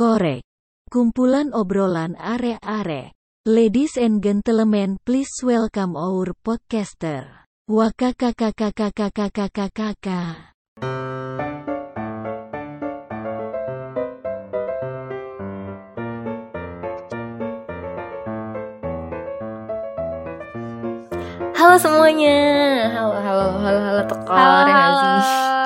Korek. Kumpulan obrolan are-are. Ladies and gentlemen, please welcome our podcaster. Wakakakakakakakakakakaka. Halo semuanya, halo tekor ya nggak sih?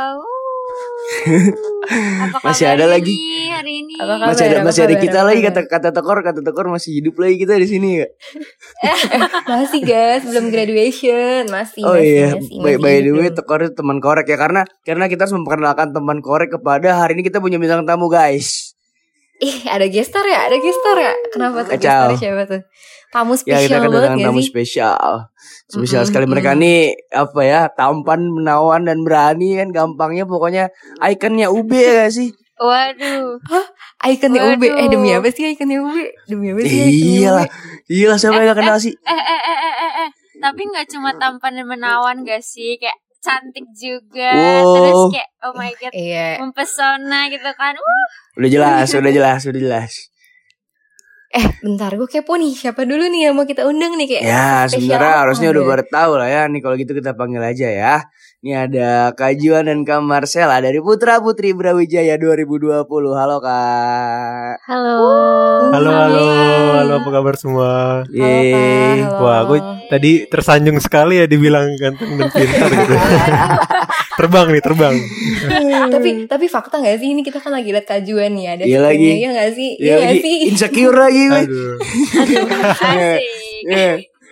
Masih ada lagi hari ini. Masih ada kita lagi kata tekor masih hidup lagi kita di sini ya. Masih guys, belum graduation, masih. By the way, tekor itu teman korek ya, karena kita harus memperkenalkan teman korek kepada hari ini kita punya bintang tamu guys. Ada gestar ya? Kenapa tuh gestar siapa tuh? Tamu spesial ya, kita banget gak tamu sih? Spesial sekali mereka nih, tampan, menawan dan berani kan, gampangnya pokoknya ikonnya UB ya gak sih? Waduh. Ikonnya UB. Demi apa sih ikonnya UB? Iyalah siapa yang gak kenal sih? Tapi gak cuma tampan dan menawan gak sih? Kayak cantik juga. Wow. Terus kayak oh my god, Iya. mempesona gitu kan. Udah jelas. Bentar, gue kepo nih. Siapa dulu nih yang mau kita undang nih kayak? Ya spesial sebenarnya apa harusnya ada? udah pada tahu lah ya. Nih kalau gitu kita panggil aja ya. Ini ada Kak Juan dan Kak Marcella dari Putra Putri Brawijaya 2020. Halo Kak. Halo. Halo, apa kabar semua? Yeay. Halo. Wah, aku tadi tersanjung sekali ya dibilang ganteng dan pintar gitu. Terbang. Tapi fakta nggak sih, ini kita kan lagi liat kajuan nih, ada Iya screennya, lagi. ya nggak sih? Iya nggak lagi sih? insecure lagi gue. Aduh. Asik. Iya.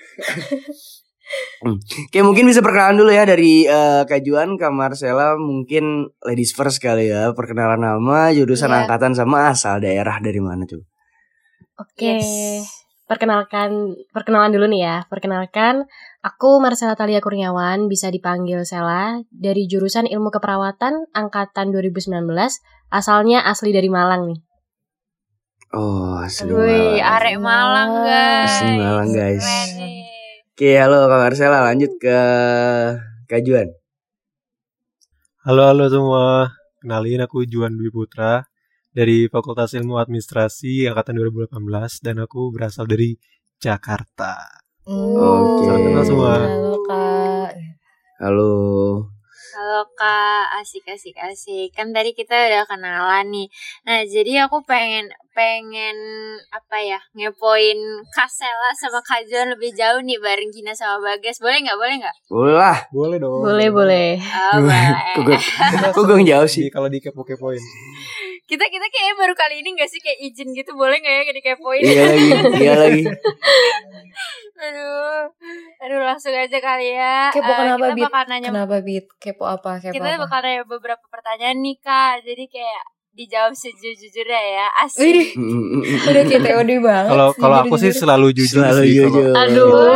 Kayak mungkin bisa perkenalan dulu ya dari Kak Juan, Kak Marcella, mungkin ladies first kali ya. Perkenalan nama, jurusan, Iya. angkatan sama asal daerah dari mana tuh? Oke, Yes. perkenalan dulu nih ya. Perkenalkan, aku Marcella Thalia Kurniawan, bisa dipanggil Sela, dari jurusan Ilmu Keperawatan angkatan 2019, asalnya asli dari Malang nih. Oh, asli Wih, Malang. arek Malang guys. Asli Malang, guys. Keren nih. Oke, halo Kak Marcella, lanjut ke Kak Juan. Halo semua. Kenalin, aku Juan Dwi Putra dari Fakultas Ilmu Administrasi angkatan 2018 dan aku berasal dari Jakarta. Oke. Salam kenal semua. Halo Kak. Halo. Halo Kak, asik. Kan tadi kita udah kenalan nih. Nah, jadi aku pengen ngepoin Kak Sela sama Kak Juan lebih jauh nih bareng Gina sama Bagas. Boleh nggak? Boleh lah. Boleh dong. Boleh. Oh, boleh. Kok gue jauh sih? Kalau di kepo-kepoin. Kita kayaknya baru kali ini nggak sih kayak izin gitu, boleh nggak ya dikepoin? Iya lagi. Aduh, langsung aja kali ya. Kepo kenapa, kita Bit? bakal nanya, Kenapa Bit? Kepo apa? kita bakal nanya beberapa pertanyaan nih Kak. Jadi kayak dijawab sejujurnya ya. Widih, Asik. udah kayak TOD banget. Kalau aku sih selalu jujur Selalu sih. jujur. Aduh.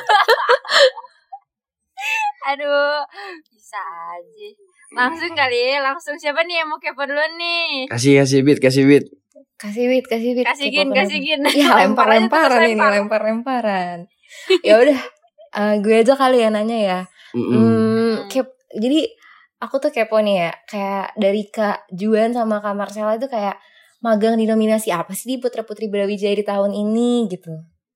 Aduh, bisa aja. Langsung kali ya, langsung siapa nih yang mau kepo duluan nih? Kasih bit. Kasih Bit. Kasih Kepo gin. kenapa? Ya lempar-lemparan ini, lempar-lemparan. Ya udah, gue aja kali ya nanya ya. Jadi aku tuh kepo nih ya, kayak dari Kak Juan sama Kak Marcella itu kayak magang di nominasi apa sih di Putra Putri Brawijaya di tahun ini gitu.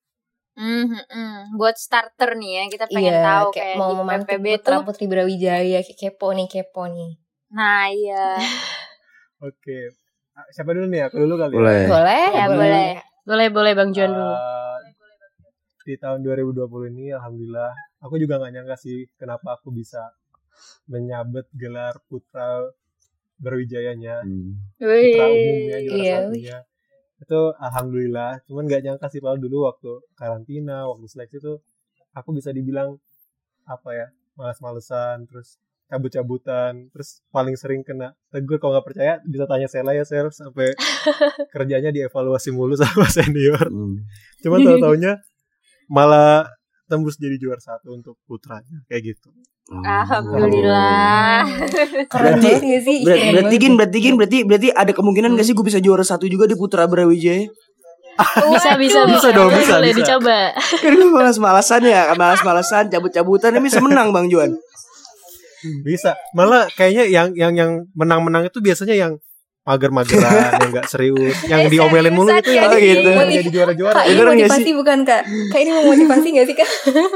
Buat starter nih ya, kita pengen tahu kayak mau di memantau PPB Putra tuh. Putri Brawijaya, kayak kepo nih. Nah iya. Oke. Siapa dulu nih? Aku dulu kali ya. Boleh. Boleh. Boleh Bang Juan dulu. Di tahun 2020 ini alhamdulillah aku juga gak nyangka sih kenapa aku bisa menyabet gelar Putra Brawijayanya, Putra umumnya, juara Iya. satunya. Itu alhamdulillah, cuman gak nyangka sih kalau dulu waktu karantina, waktu seleksi tuh aku bisa dibilang malas-malesan, terus cabut-cabutan, terus paling sering kena tegur. Kalau nggak percaya bisa tanya Sela ya Sel, sampai kerjanya dievaluasi mulu sama senior. Cuma tahu-taunya malah tembus jadi juara satu untuk putranya kayak gitu. Alhamdulillah. Keren banget gak sih? Berarti ada kemungkinan gak sih gue bisa juara satu juga di Putra Brawijaya? Bisa dong, boleh bisa. dicoba. Kan gue malas-malasan, cabut-cabutan, tapi bisa menang Bang Juan. Bisa. Malah kayaknya yang menang-menang itu biasanya yang mager-mageran, yang nggak serius, yang diomelin mulu itu yang gitu. jadi juara-juara. Kak, ini motivasi bukan Kak? Kak ini mau motivasi gak sih Kak?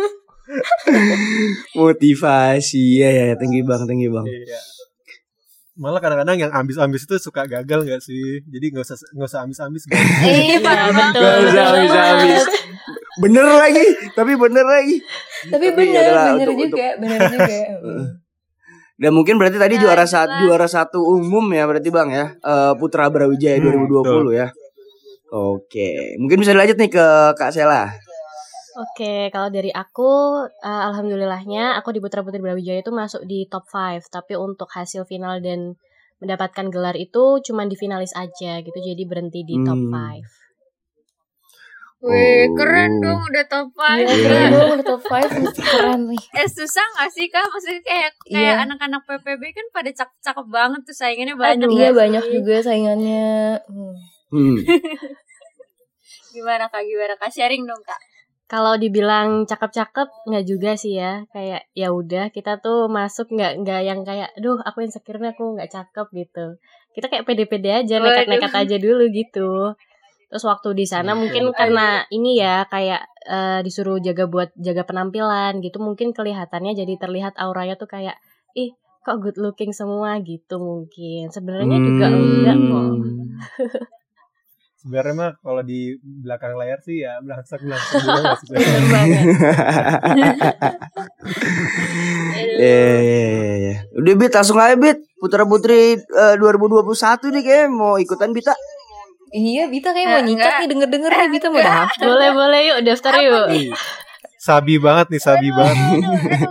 Motivasi ya tinggi bang. Iya. Malah kadang-kadang yang ambis-ambis itu suka gagal nggak sih? Jadi nggak usah ambis-ambis. Iya betul. Gak usah habis. Bener lagi. Tapi bener juga. Dan mungkin berarti tadi juara satu umum ya berarti bang ya, Putra Brawijaya 2020 ya. Oke, mungkin bisa dilanjut nih ke Kak Sela. Oke, kalau dari aku, alhamdulillahnya aku di Putra Putri Brawijaya itu masuk di top 5. Tapi untuk hasil final dan mendapatkan gelar itu cuma di finalis aja gitu, jadi berhenti di top 5. Wih, keren dong udah top 5. Iya, keren dong udah top 5, mesti keren nih. Susah gak sih Kak? Maksudnya kayak anak-anak PPB kan pada cakep-cakep banget tuh, saingannya banyak. Iya, banyak juga saingannya. Gimana Kak? Sharing dong Kak. Kalau dibilang cakep-cakep nggak juga sih ya, kayak ya udah kita tuh masuk nggak yang kayak aduh aku insecure nih aku nggak cakep gitu. Kita kayak pede-pede aja, nekat-nekat aja dulu gitu. Terus waktu di sana mungkin karena ini ya kayak disuruh jaga penampilan gitu, mungkin kelihatannya jadi terlihat auranya tuh kayak ih kok good looking semua gitu mungkin. Sebenarnya juga enggak kok. Sebenarnya mah kalau di belakang layar sih ya belangsak juga nggak sih? Iya. Udah Bit, langsung aja Bit. Putra Putri 2021 nih kayak mau ikutan Bita. Iya, Bita kayak mau nyikat nih, denger nih Bita mau daftar. Boleh yuk daftar yuk. Sabi banget. Gaduh.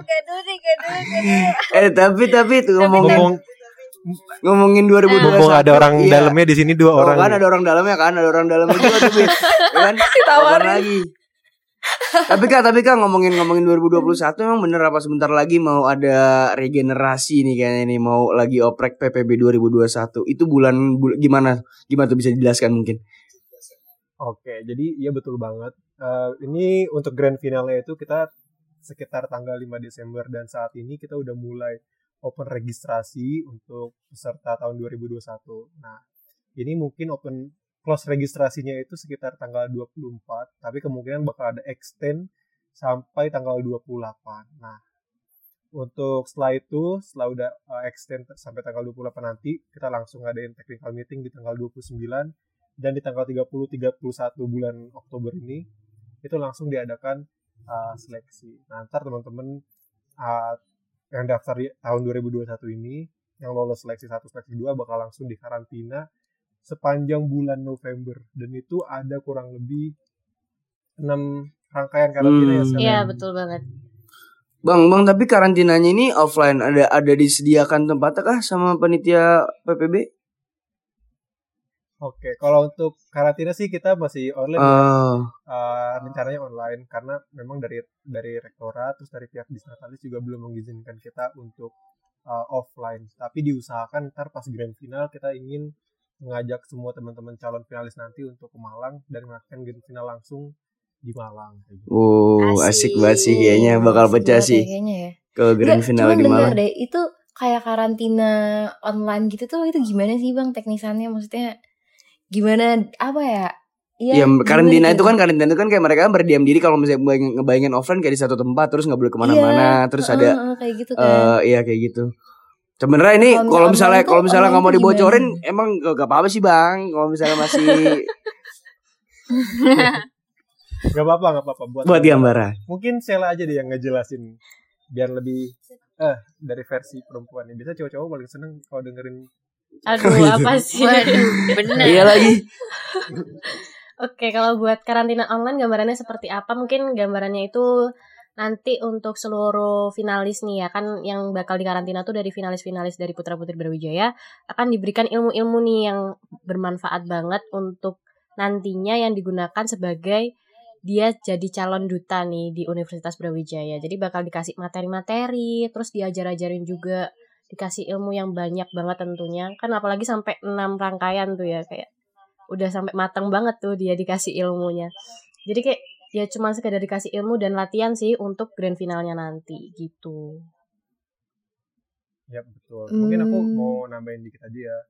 Tapi tuh ngomongin 2021. Mumpung ada orang dalamnya di sini 2 orang. Kan ada orang dalamnya juga tuh Bit. Kan ditawarin lagi. Tapi Kak ngomongin 2021 emang bener apa sebentar lagi mau ada regenerasi nih kayaknya nih, mau lagi oprek PPB 2021. Itu bulan gimana tuh bisa dijelaskan mungkin? Oke, jadi iya betul banget. Ini untuk grand finalnya itu kita sekitar tanggal 5 Desember dan saat ini kita udah mulai open registrasi untuk peserta tahun 2021. Nah, ini mungkin close registrasinya itu sekitar tanggal 24, tapi kemungkinan bakal ada extend sampai tanggal 28. Nah, untuk setelah udah extend sampai tanggal 28 nanti, kita langsung ngadain technical meeting di tanggal 29 dan di tanggal 30-31 bulan Oktober ini itu langsung diadakan seleksi. Nah, ntar teman-teman yang daftar di tahun 2021 ini yang lolos seleksi 1 seleksi 2 bakal langsung dikarantina sepanjang bulan November, dan itu ada kurang lebih 6 rangkaian karantina ya sekarang. Iya, betul banget. Bang, tapi karantinanya ini offline, ada disediakan tempatnya kah sama panitia PPB? Oke, kalau untuk karantina sih kita masih online rencananya online karena memang dari rektorat terus dari pihak Disnatalis juga belum mengizinkan kita untuk offline. Tapi diusahakan ntar pas grand final kita ingin mengajak semua teman-teman calon finalis nanti untuk ke Malang dan melakukan grand final langsung di Malang. Asik banget sih kayaknya, bakal pecah sih ke grand final di Malang. Deh, itu kayak karantina online gitu tuh, itu gimana sih Bang teknisannya, maksudnya gimana apa ya? Iya, karantina itu kan kayak mereka berdiam diri kalau misalnya ngebayangin offline kayak di satu tempat terus nggak boleh kemana-mana, terus ada kayak gitu kan. Iya kayak gitu. Sebenarnya ini kalau misalnya nggak mau dibocorin gimana? Emang gak apa-apa sih Bang, kalau misalnya masih Gak apa-apa buat gambaran. Mungkin Sela aja deh yang ngejelasin biar lebih dari versi perempuan. Biasa cowok-cowok paling seneng kalau dengerin. Aduh, apa sih? Waduh, bener. Iya lagi. Oke, kalau buat karantina online gambarannya seperti apa? Mungkin gambarannya itu nanti untuk seluruh finalis nih ya, kan yang bakal dikarantina tuh dari finalis-finalis dari Putra Putri Brawijaya akan diberikan ilmu-ilmu nih yang bermanfaat banget untuk nantinya yang digunakan sebagai dia jadi calon duta nih di Universitas Brawijaya. Jadi bakal dikasih materi-materi, terus diajar-ajarin juga, dikasih ilmu yang banyak banget tentunya. Kan apalagi sampai 6 rangkaian tuh ya, kayak udah sampai matang banget tuh dia dikasih ilmunya. Jadi kayak ya cuma sekedar dikasih ilmu dan latihan sih untuk grand finalnya nanti gitu. Ya betul. Mungkin aku mau nambahin dikit aja ya.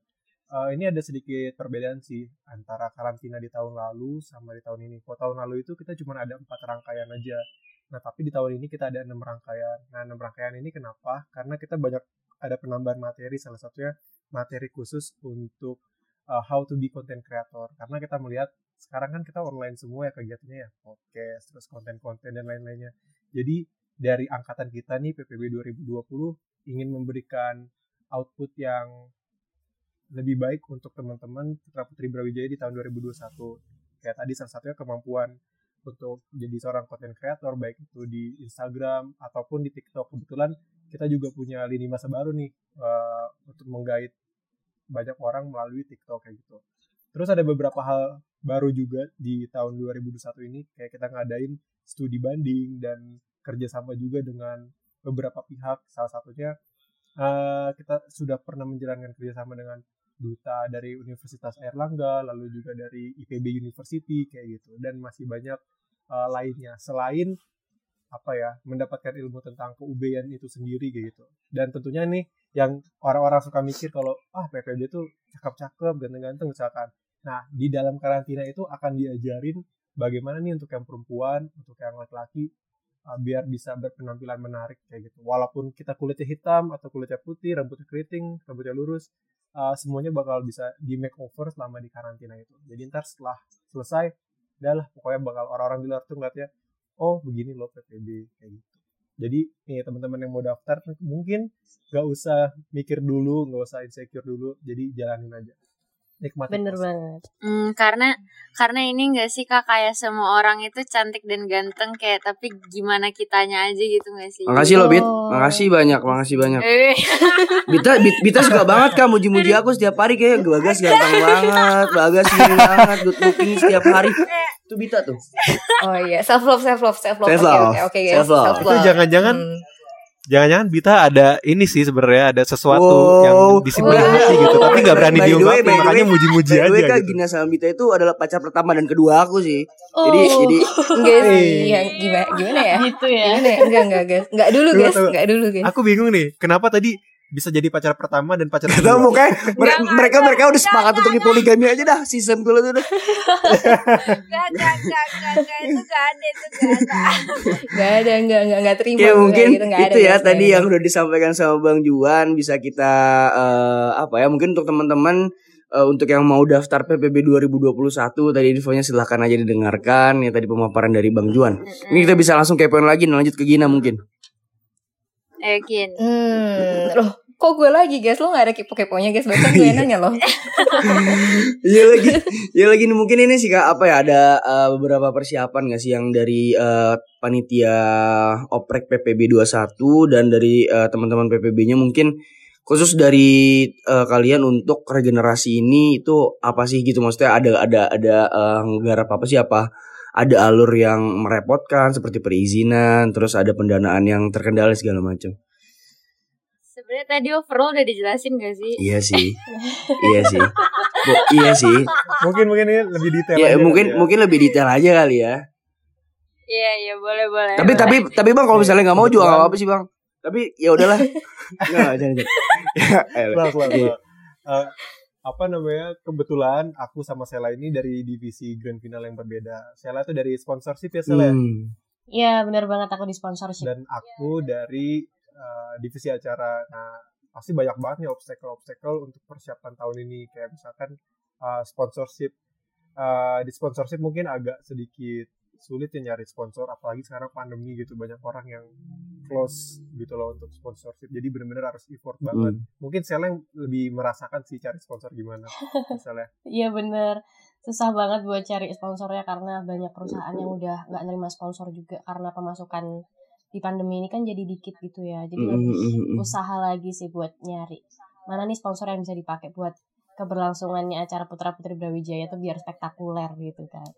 ini ada sedikit perbedaan sih antara karantina di tahun lalu sama di tahun ini. Kalau tahun lalu itu kita cuma ada 4 rangkaian aja. Nah, tapi di tahun ini kita ada 6 rangkaian. Nah, 6 rangkaian ini kenapa? Karena kita banyak ada penambahan materi, salah satunya materi khusus untuk how to be content creator. Karena kita melihat sekarang kan kita online semua ya kegiatannya ya, podcast, terus konten-konten dan lain-lainnya. Jadi dari angkatan kita nih PPB 2020 ingin memberikan output yang lebih baik untuk teman-teman Putra Putri Brawijaya di tahun 2021. Kayak tadi salah satunya kemampuan untuk jadi seorang content creator, baik itu di Instagram ataupun di TikTok. Kebetulan kita juga punya lini masa baru nih untuk menggait banyak orang melalui TikTok kayak gitu. Terus ada beberapa hal baru juga di tahun 2021 ini, kayak kita ngadain studi banding dan kerjasama juga dengan beberapa pihak. Salah satunya kita sudah pernah menjalankan kerjasama dengan duta dari Universitas Airlangga, lalu juga dari IPB University kayak gitu, dan masih banyak lainnya selain mendapatkan ilmu tentang ke-UB-an itu sendiri kayak gitu. Dan tentunya nih yang orang-orang suka mikir kalau PPB itu cakep-cakep, ganteng-ganteng misalkan. Nah, di dalam karantina itu akan diajarin bagaimana nih untuk yang perempuan, untuk yang laki-laki biar bisa berpenampilan menarik kayak gitu. Walaupun kita kulitnya hitam atau kulitnya putih, rambutnya keriting, rambutnya lurus, semuanya bakal bisa di makeover selama di karantina itu. Jadi ntar setelah selesai, udahlah pokoknya bakal orang-orang di luar tuh ngeliatnya, oh begini loh PPB kayak gitu. Jadi nih teman-teman yang mau daftar mungkin gak usah mikir dulu, gak usah insecure dulu, jadi jalanin aja. Nikmati. Bener banget. Karena ini nggak sih Kak, kayak semua orang itu cantik dan ganteng kayak, tapi gimana kitanya aja gitu nggak sih? Makasih loh Bit, makasih banyak. Bita suka banget Kak muji-muji aku setiap hari, kayak Bagas ganteng banget, Bagas gini banget, good looking setiap hari. Itu Bita tuh. Oh iya, self love. Oke guys. Self-love. Itu jangan-jangan Bita ada ini sih sebenarnya, ada sesuatu yang disimpan di hati gitu, tapi nggak berani diungkapin, makanya muji-muji aja gitu. Kak, gitu. Gina sama Bita itu adalah pacar pertama dan kedua aku sih. Jadi enggak sih, yang gimana ya? Gitu ya. Enggak guys. Enggak dulu guys. Aku bingung nih, kenapa tadi bisa jadi pacar pertama dan pacar kedua? Tahu kayak mereka udah sepakat untuk dipoligami aja dah, sistem dulu tuh. Enggak, itu Enggak terima. Ya mungkin gitu, itu ya tadi yang udah disampaikan sama Bang Juan, bisa kita mungkin untuk teman-teman untuk yang mau daftar PPB 2021 tadi infonya silahkan aja didengarkan ya, tadi pemaparan dari Bang Juan. Ini kita bisa langsung kepoin lagi, lanjut ke Gina mungkin. Gin. Loh, kok gue lagi guys? Lo gak ada kepo-keponya guys? Bahkan gue nanya loh. Iya lagi mungkin ini sih Kak, ada beberapa persiapan gak sih yang dari panitia Oprek PPB 21 dan dari teman-teman PPB-nya, mungkin khusus dari kalian untuk regenerasi ini itu apa sih gitu, maksudnya ada nggarap apa sih, apa ada alur yang merepotkan seperti perizinan, terus ada pendanaan yang terkendala segala macam. Sebenarnya tadi overall udah dijelasin gak sih? Iya sih. Iya sih. Mungkin ini lebih detail. Ya mungkin lebih detail aja kali ya. Iya boleh. Tapi Bang kalau misalnya nggak mau juga nggak apa-apa sih Bang. Tapi ya udahlah. Nggak jangan. Kebetulan aku sama Sela ini dari divisi grand final yang berbeda. Sela itu dari sponsorship ya Sela? Iya benar banget, aku di sponsorship. Dan aku dari divisi acara. Nah pasti banyak banget nih obstacle untuk persiapan tahun ini. Kayak misalkan sponsorship. Di sponsorship mungkin agak sedikit sulit ya nyari sponsor, apalagi sekarang pandemi gitu, banyak orang yang close gitu loh untuk sponsorship, jadi benar-benar harus effort banget. Mungkin Sela yang lebih merasakan sih cari sponsor gimana misalnya. Iya bener, susah banget buat cari sponsornya karena banyak perusahaan yang udah gak nerima sponsor juga karena pemasukan di pandemi ini kan jadi dikit gitu ya, jadi lebih usaha lagi sih buat nyari mana nih sponsor yang bisa dipakai buat keberlangsungannya acara Putra Putri Brawijaya tuh biar spektakuler gitu kan.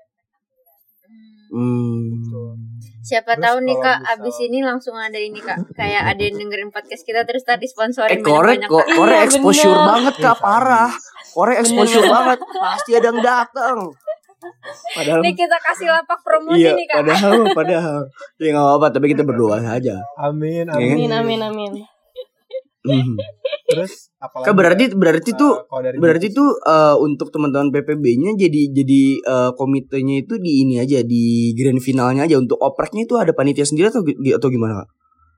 Siapa tahu nih Kak, abis ini langsung ada ini Kak, kayak ada yang dengerin podcast kita terus tadi sponsorin banyak-banyak. Korek exposure banget Kak, parah. Korek exposure banget, pasti ada yang datang. Padahal ini kita kasih lapak promosi nih Kak. Padahal ya nggak apa-apa, tapi kita berdoa saja. Amin. Terus apalagi Kak, berarti tuh untuk teman-teman PPB-nya jadi komitenya itu di ini aja, di grand finalnya aja. Untuk opreknya itu ada panitia sendiri atau gimana, Kak?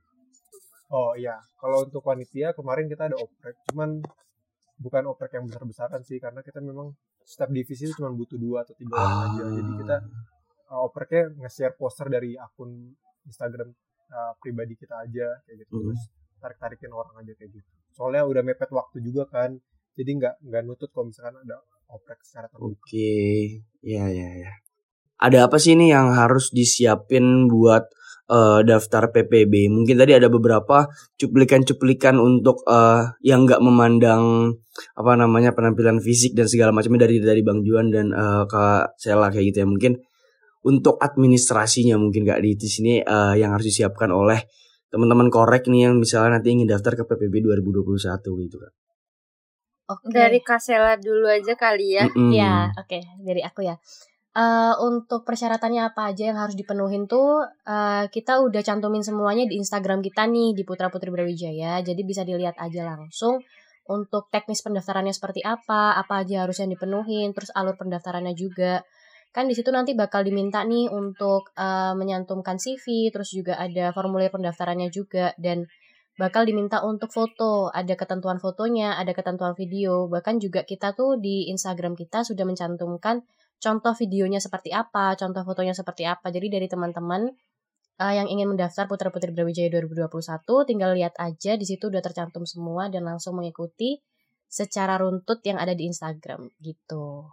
Oh iya, kalau untuk panitia kemarin kita ada oprek, cuman bukan oprek yang besar-besaran sih, karena kita memang setiap divisi itu cuma butuh 2 atau 3 orang aja. Jadi kita opreknya nge-share poster dari akun Instagram pribadi kita aja kayak gitu. Terus tarik-tarikin orang aja kayak gitu. Soalnya udah mepet waktu juga kan. Jadi nggak nutut kalau misalkan ada oprek secara terbuka. Oke. Ya. Ada apa sih nih yang harus disiapin buat daftar PPB? Mungkin tadi ada beberapa cuplikan-cuplikan untuk yang nggak memandang penampilan fisik dan segala macamnya dari Bang Juan dan Kak Sela kayak gitu ya. Mungkin untuk administrasinya mungkin Kak di sini yang harus disiapkan oleh teman-teman korek nih yang misalnya nanti ingin daftar ke PPB 2021 gitu Kak. Oke. Dari Kak Sela dulu aja kali ya. Ya, oke. Dari aku ya. Untuk persyaratannya apa aja yang harus dipenuhin tuh kita udah cantumin semuanya di Instagram kita nih di Putra Putri Brawijaya, jadi bisa dilihat aja langsung untuk teknis pendaftarannya seperti apa aja harus yang dipenuhin, terus alur pendaftarannya juga kan di situ nanti bakal diminta nih untuk menyantumkan CV, terus juga ada formulir pendaftarannya juga dan bakal diminta untuk foto, ada ketentuan fotonya, ada ketentuan video, bahkan juga kita tuh di Instagram kita sudah mencantumkan contoh videonya seperti apa, contoh fotonya seperti apa. Jadi dari teman-teman yang ingin mendaftar Putra Putri Brawijaya 2021 tinggal lihat aja, di situ udah tercantum semua dan langsung mengikuti secara runtut yang ada di Instagram gitu.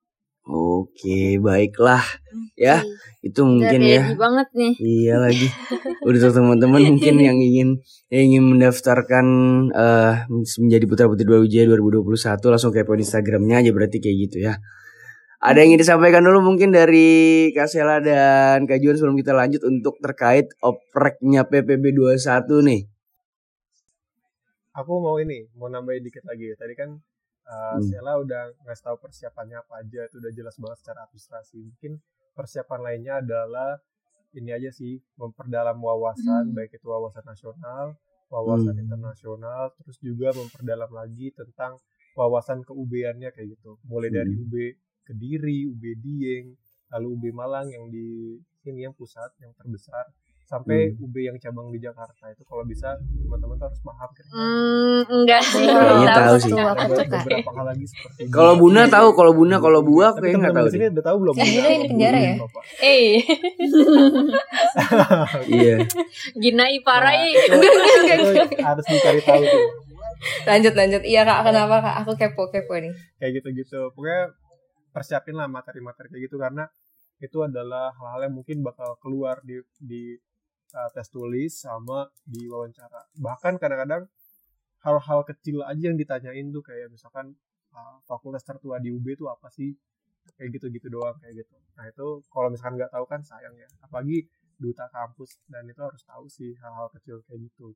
Oke, baiklah. Ya, itu mungkin ya. Banget nih. Iya lagi. Udah teman-teman mungkin yang ingin mendaftarkan menjadi Putra Putri Brawijaya 2021 langsung kepo Instagramnya aja berarti kayak gitu ya. Ada yang ingin disampaikan dulu mungkin dari Kak Sela dan Kak Juan sebelum kita lanjut untuk terkait opreknya PPB 21 nih. Aku mau nambahin dikit lagi. Tadi kan Sela udah ngasih tahu persiapannya apa aja, itu udah jelas banget secara administrasi. Mungkin persiapan lainnya adalah ini aja sih, memperdalam wawasan, baik itu wawasan nasional, wawasan internasional, terus juga memperdalam lagi tentang wawasan ke-UB-annya kayak gitu. Mulai dari UB Kediri, UB Dieng, lalu UB Malang yang di sini yang pusat, yang terbesar, sampai UB yang cabang di Jakarta. Itu kalau bisa teman-teman tuh harus paham kira-kira. Enggak sih. Kayaknya tahu sih. Beberapa hal lagi seperti kalau Buna tahu, kalau Buah kayaknya nggak tahu. Di sini udah tahu belum? Buna ini penjara ya? Iya. Gina Iparai. Harus dicari tahu tuh. Lanjut. Iya Kak, kenapa Kak? Aku kepo nih. Kayak gitu. Pokoknya persiapin lah materi-materi kayak gitu, karena itu adalah hal-hal yang mungkin bakal keluar di tes tulis sama di wawancara. Bahkan kadang-kadang hal-hal kecil aja yang ditanyain tuh, kayak misalkan fakultas tertua di UB itu apa sih, kayak gitu-gitu doang kayak gitu. Nah itu kalau misalkan nggak tahu kan sayang ya, apalagi duta kampus, dan itu harus tahu sih hal-hal kecil kayak gitu.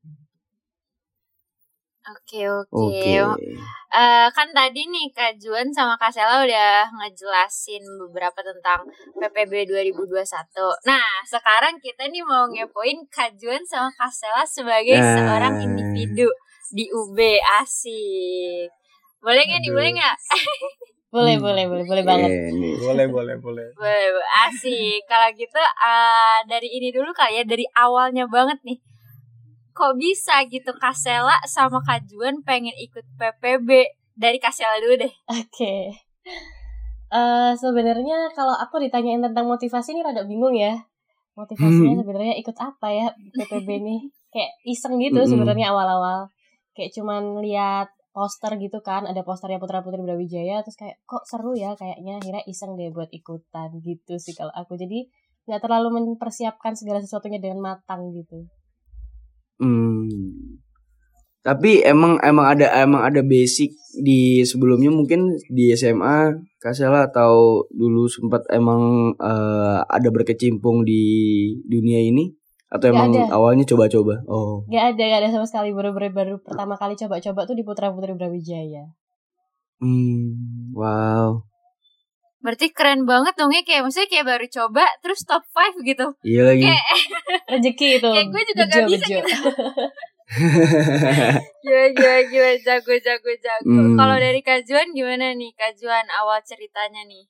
Oke. Kan tadi nih Kak Juan sama Kak Sela udah ngejelasin beberapa tentang PPB 2021. Nah, sekarang kita nih mau ngepoin Kak Juan sama Kak Sela sebagai seorang individu di UB. Asik. Boleh nggak nih? Boleh nggak? Boleh banget. Boleh. Asik. Kalau gitu dari ini dulu kali ya, dari awalnya banget nih. Kok bisa gitu Kak Sela sama Kak Juan pengen ikut PPB? Dari Kak Sela dulu deh. Oke. Sebenarnya kalau aku ditanyain tentang motivasi ini rada bingung ya. Motivasinya sebenarnya ikut apa ya PPB nih? Kayak iseng gitu sebenarnya awal-awal. Kayak cuman lihat poster gitu kan, ada posternya Putra Putri Brawijaya, terus kayak kok seru ya kayaknya, akhirnya iseng deh buat ikutan gitu sih kalau aku. Jadi nggak terlalu mempersiapkan segala sesuatunya dengan matang gitu. Tapi emang ada basic di sebelumnya mungkin di SMA Kak Sela, atau dulu sempat emang ada berkecimpung di dunia ini, atau Gak emang ada. Awalnya coba-coba? Oh. Gak ada sama sekali, baru pertama kali coba-coba tuh di Putra Putri Brawijaya. Wow. Berarti keren banget dong ya, kayak maksudnya kayak baru coba terus top 5 gitu. Iya lagi. Rezeki itu. Kayak gue juga gak bisa gitu. Gila, jago. Kalau dari Kak Juan gimana nih? Kak Juan, awal ceritanya nih.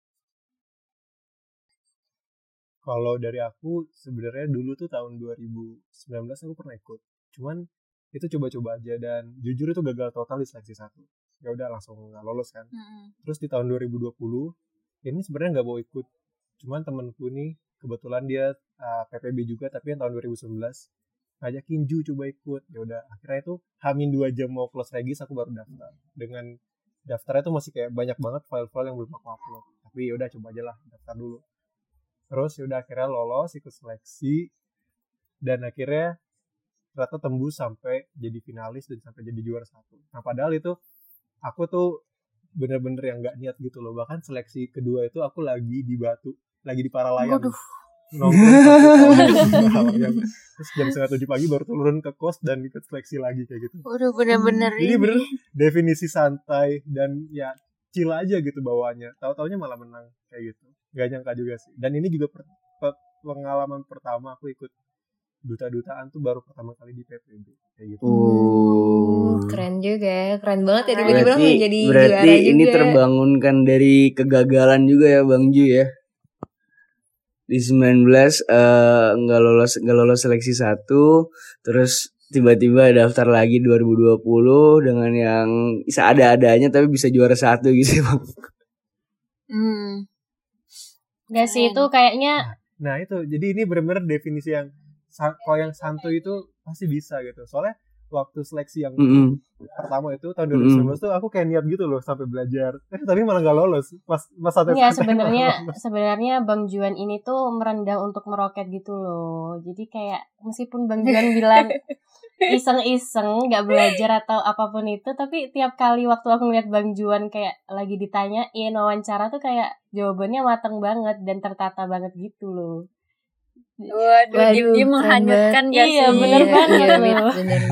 Kalau dari aku sebenarnya dulu tuh tahun 2019 aku pernah ikut. Cuman itu coba-coba aja dan jujur itu gagal total di seleksi 1. Ya udah langsung nggak lolos kan. Terus di tahun 2020 ini sebenarnya nggak mau ikut. Cuman temenku nih kebetulan dia PPB juga tapi yang tahun 2019 ngajakin Ju coba ikut. Ya udah akhirnya itu H-2 jam mau close regis aku baru daftar. Dengan daftarnya tuh masih kayak banyak banget file-file yang belum aku upload. Tapi ya udah coba aja lah daftar dulu. Terus yaudah akhirnya lolos ikut seleksi dan akhirnya ternyata tembus sampai jadi finalis dan sampai jadi juara 1. Nah padahal itu aku tuh bener-bener yang gak niat gitu loh. Bahkan seleksi kedua itu aku lagi di Batu, lagi di Paralayang. Nongkrong terus jam 6:30 pagi baru turun ke kos dan ikut seleksi lagi kayak gitu. Udah bener-bener ini bener definisi santai dan ya chill aja gitu bawaannya. Tahu-taunya malah menang kayak gitu. Gak nyangka juga sih. Dan ini juga pengalaman pertama aku ikut duta-dutaan tuh baru pertama kali di PPB kayak gitu. Keren juga, keren banget ya tiba-tiba menjadi juara juga. Berarti ini terbangunkan dari kegagalan juga ya Bang Ju ya. Di 19 nggak lolos seleksi 1, terus tiba-tiba daftar lagi 2020 dengan yang seadanya tapi bisa juara 1 gitu Bang. Gak sih itu kayaknya. Nah itu jadi ini benar-benar definisi yang kalau yang santuy itu pasti bisa gitu. Soalnya waktu seleksi yang pertama itu tahun 2019 tuh aku kayak niat gitu loh sampai belajar. Tapi malah nggak lolos. Pas satu. Iya sebenarnya Bang Juan ini tuh merendah untuk meroket gitu loh. Jadi kayak meskipun Bang Juan bilang iseng-iseng nggak belajar atau apapun itu, tapi tiap kali waktu aku ngeliat Bang Juan kayak lagi ditanyain wawancara tuh kayak jawabannya mateng banget dan tertata banget gitu loh. Waduh, dia menghanyutkan ya sih. Iya bener banget loh.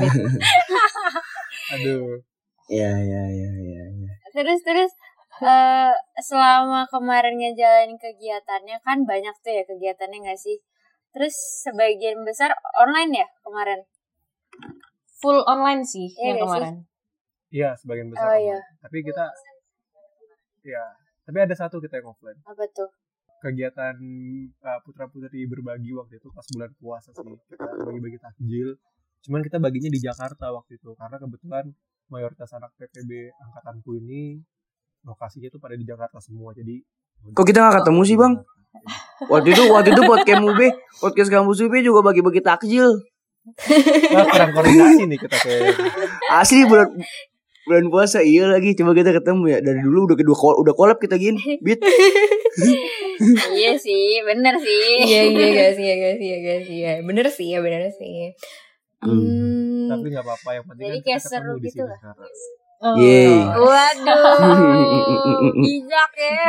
Aduh. Ya. Terus selama kemarin ngejalanin kegiatannya kan banyak tuh ya kegiatannya nggak sih? Terus sebagian besar online ya kemarin? Full online sih yang kemarin. Iya sebagian besar online. Tapi kita tapi ada satu kita yang offline. Apa tuh? Kegiatan putra-putri berbagi waktu itu pas bulan puasa sih. Kita bagi-bagi takjil. Cuman kita baginya di Jakarta waktu itu karena kebetulan mayoritas anak PPB angkatanku ini lokasinya tuh pada di Jakarta semua. Jadi kok kita nggak ketemu sih Bang? Waktu itu podcast kampus UB juga bagi-bagi takjil. Kurang koordinasi nih kita kayak. Asli bulan puasa iya lagi, coba kita ketemu ya. Dari dulu udah collab kita gini. Beat. Iya sih, bener sih. Iya guys. Bener sih. Tapi nggak apa-apa yang penting jadi kan kayak kita seru ketemu di gitu sini lah. sekarang. Waduh, bijak ya.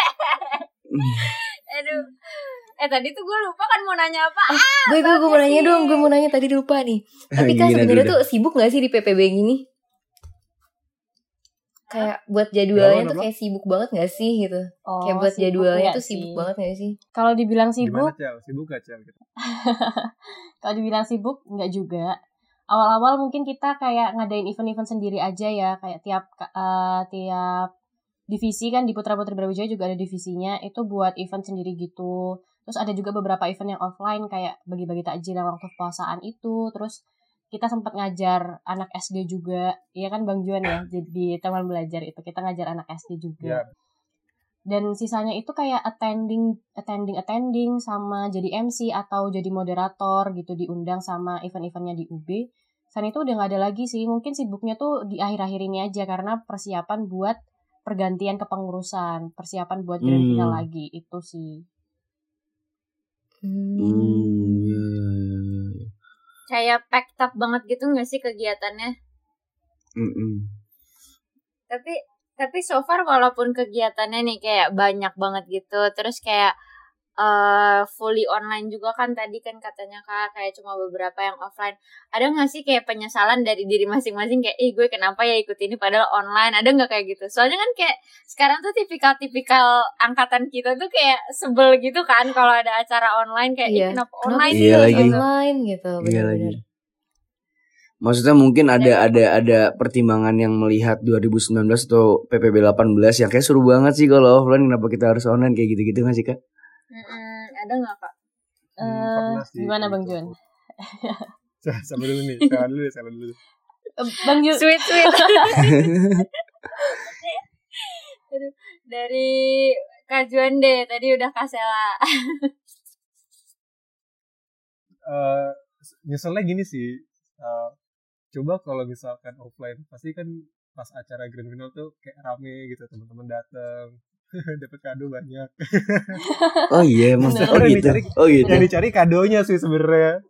Aduh. Tadi tuh gue lupa kan mau nanya apa. Gue mau nanya dong, gue mau nanya tadi lupa nih. Tapi kan sebenarnya tuh sibuk gak sih di PPB gini? Kayak buat jadwalnya tuh kayak sibuk banget gak sih gitu? Kayak buat jadwalnya tuh sibuk banget gak sih? Kalau dibilang sibuk, sibuk gak Cel? Kalau dibilang sibuk nggak juga. Awal-awal mungkin kita kayak ngadain event-event sendiri aja ya, kayak tiap divisi kan di Putra Putri Brawijaya juga ada divisinya, itu buat event sendiri gitu. Terus ada juga beberapa event yang offline kayak bagi-bagi takjil yang waktu puasaan itu. Terus kita sempat ngajar anak SD juga, iya kan Bang Juan ya, jadi teman belajar itu kita ngajar anak SD juga. Dan sisanya itu kayak attending sama jadi MC atau jadi moderator gitu, diundang sama event-eventnya di UB. Selain itu udah nggak ada lagi sih, mungkin sibuknya tuh di akhir-akhir ini aja karena persiapan buat pergantian kepengurusan, persiapan buat grand final lagi itu sih. Kayak packed up banget gitu nggak sih kegiatannya? Tapi so far walaupun kegiatannya nih kayak banyak banget gitu, terus kayak fully online juga kan tadi kan katanya Kak, kayak cuma beberapa yang offline. Ada nggak sih kayak penyesalan dari diri masing-masing kayak gue kenapa ya ikut ini padahal online? Ada nggak kayak gitu? Soalnya kan kayak sekarang tuh tipikal angkatan kita tuh kayak sebel gitu kan kalau ada acara online kayak kenapa online online gitu. Iya lagi. Maksudnya mungkin ada pertimbangan yang melihat 2019 atau PPB 18 yang kayak seru banget sih kalau offline, kenapa kita harus online kayak gitu-gitu nggak sih Kak? Ada nggak Kak? Gimana Bang Jun? Sabar dulu nih, sabar dulu. Bang Jun. Sweet. Dari Kak Juan deh, tadi udah Kak Sela. Nyeselnya gini sih, coba kalau misalkan offline pasti kan pas acara grand final tuh kayak rame gitu, teman-teman datang dapat kado banyak. Oh iya, maksudnya gitu. Yang dicari kadonya sih sebenarnya.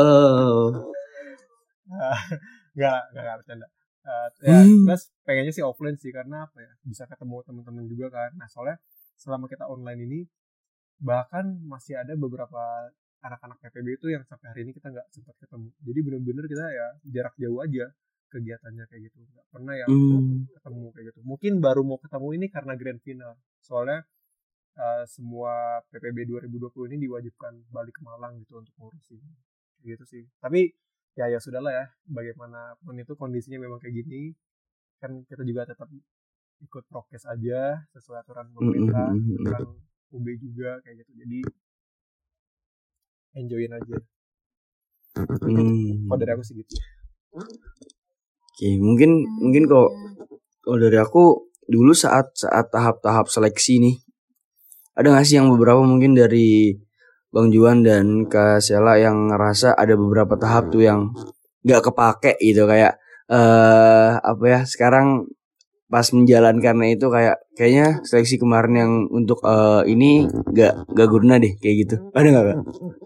Nggak bercanda. Plus pengennya sih offline sih, karena apa ya, bisa ketemu teman-teman juga kan. Nah soalnya selama kita online ini bahkan masih ada beberapa anak-anak PPB itu yang sampai hari ini kita nggak sempat ketemu. Jadi benar-benar kita ya jarak jauh aja kegiatannya kayak gitu, nggak pernah yang ketemu kayak gitu. Mungkin baru mau ketemu ini karena grand final. Soalnya semua PPB 2020 ini diwajibkan balik ke Malang gitu untuk ngurusin gitu sih. Tapi ya sudahlah ya, bagaimanapun itu kondisinya memang kayak gini, kan kita juga tetap ikut prokes aja sesuai aturan pemerintah, aturan UB juga kayak gitu. Jadi enjoyin aja. Kalau dari aku sih gitu. Oke, mungkin kalau dari aku dulu saat tahap-tahap seleksi nih, ada nggak sih yang beberapa mungkin dari Bang Juan dan Kak Sela yang ngerasa ada beberapa tahap tuh yang nggak kepake gitu, kayak apa ya, sekarang pas menjalankannya itu kayaknya seleksi kemarin yang untuk ini gak guna deh kayak gitu. Ada nggak Kak?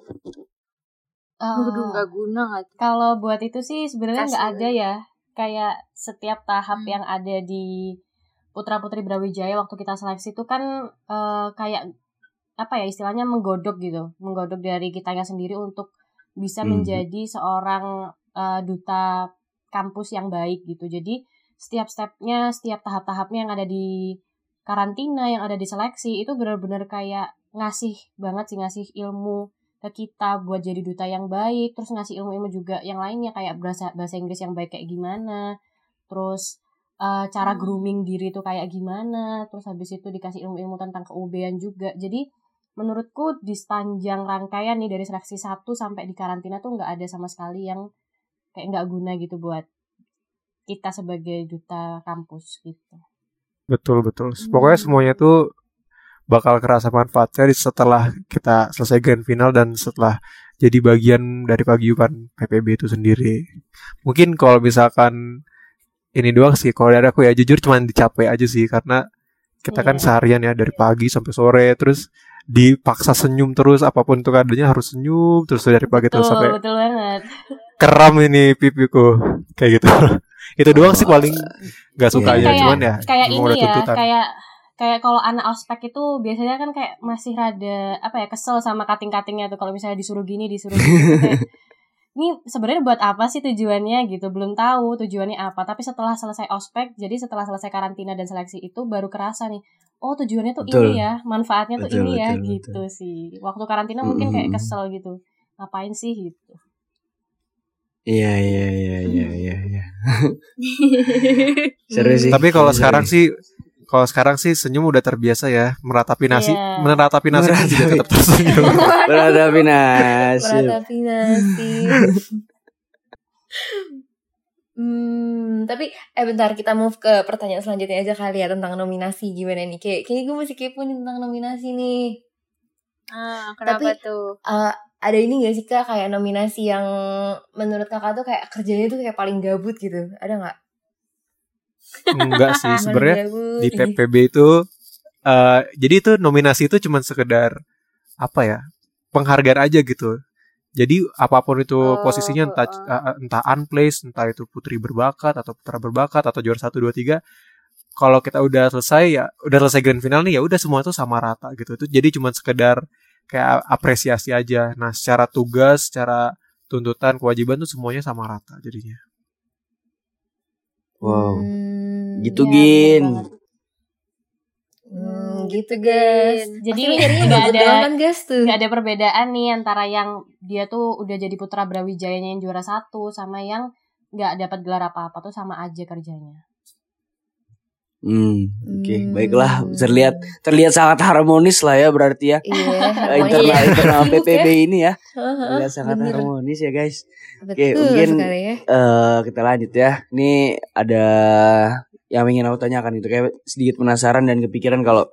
Nggak guna nggak? Kalau buat itu sih sebenarnya nggak ada ya. Kayak setiap tahap yang ada di Putra Putri Brawijaya waktu kita seleksi itu kan kayak apa ya, istilahnya menggodok dari kitanya sendiri untuk bisa menjadi seorang duta kampus yang baik gitu. Jadi setiap stepnya, setiap tahap-tahapnya yang ada di karantina, yang ada di seleksi, itu benar-benar kayak ngasih ilmu ke kita buat jadi duta yang baik, terus ngasih ilmu-ilmu juga yang lainnya kayak bahasa Inggris yang baik kayak gimana, terus cara grooming diri itu kayak gimana, terus habis itu dikasih ilmu-ilmu tentang ke-UB-an juga. Jadi menurutku di sepanjang rangkaian nih dari seleksi 1 sampai di karantina tuh nggak ada sama sekali yang kayak nggak guna gitu buat kita sebagai duta kampus gitu. Betul. Pokoknya semuanya tuh bakal kerasa manfaatnya setelah kita selesai grand final dan setelah jadi bagian dari paguyuban PPB itu sendiri. Mungkin kalau misalkan ini doang sih, kalau dari aku ya jujur cuman dicapai aja sih, karena kita kan seharian ya dari pagi sampai sore, terus dipaksa senyum terus, apapun itu kadonya harus senyum terus dari pagi terus sampai betul banget. Keram ini pipiku kayak gitu. Itu doang sih paling nggak suka aja, cuman ya kayak ini ya, tuntutan. kayak kalau anak ospek itu biasanya kan kayak masih rada apa ya, kesel sama kating-katingnya tuh kalau misalnya disuruh gini kayak, ini sebenarnya buat apa sih tujuannya gitu, belum tahu tujuannya apa, tapi setelah selesai ospek, jadi setelah selesai karantina dan seleksi itu baru kerasa nih, oh tujuannya tuh ini ya, manfaatnya tuh ini ya gitu sih. Waktu karantina mungkin kayak kesel gitu, ngapain sih gitu. Iya. Seru sih. Tapi kalau sekarang sih senyum udah terbiasa ya, meratapi nasi juga tetap tersenyum. Meratapi nasi. Tapi bentar, kita move ke pertanyaan selanjutnya aja kali ya, tentang nominasi gimana nih? Kayaknya gue masih kepo nih tentang nominasi nih. Kenapa tuh? Ada ini gak sih Kak, kayak nominasi yang menurut Kakak tuh kayak kerjanya tuh kayak paling gabut gitu? Ada gak? Enggak sih sebenarnya di PPB itu jadi itu nominasi itu cuma sekedar apa ya, penghargaan aja gitu. Jadi apapun itu posisinya, entah unplaced, entah itu putri berbakat atau putra berbakat atau juara 1, 2, 3, kalau kita udah selesai grand final nih, ya udah semua itu sama rata gitu. Itu jadi cuma sekedar kayak apresiasi aja. Nah, secara tugas, secara tuntutan, kewajiban tuh semuanya sama rata jadinya. Wow. Gitu Gin. Gitu guys. Jadi nggak ada perbedaan nih antara yang dia tuh udah jadi putra Brawijayanya yang juara 1 sama yang nggak dapat gelar apa-apa tuh sama aja kerjanya. Oke. Baiklah, terlihat sangat harmonis lah ya berarti ya. Iya, internal PPB ini ya. Terlihat sangat harmonis ya guys. Oke, mungkin ya. Kita lanjut ya. Ini ada yang ingin aku tanyakan gitu, kayak sedikit penasaran dan kepikiran kalau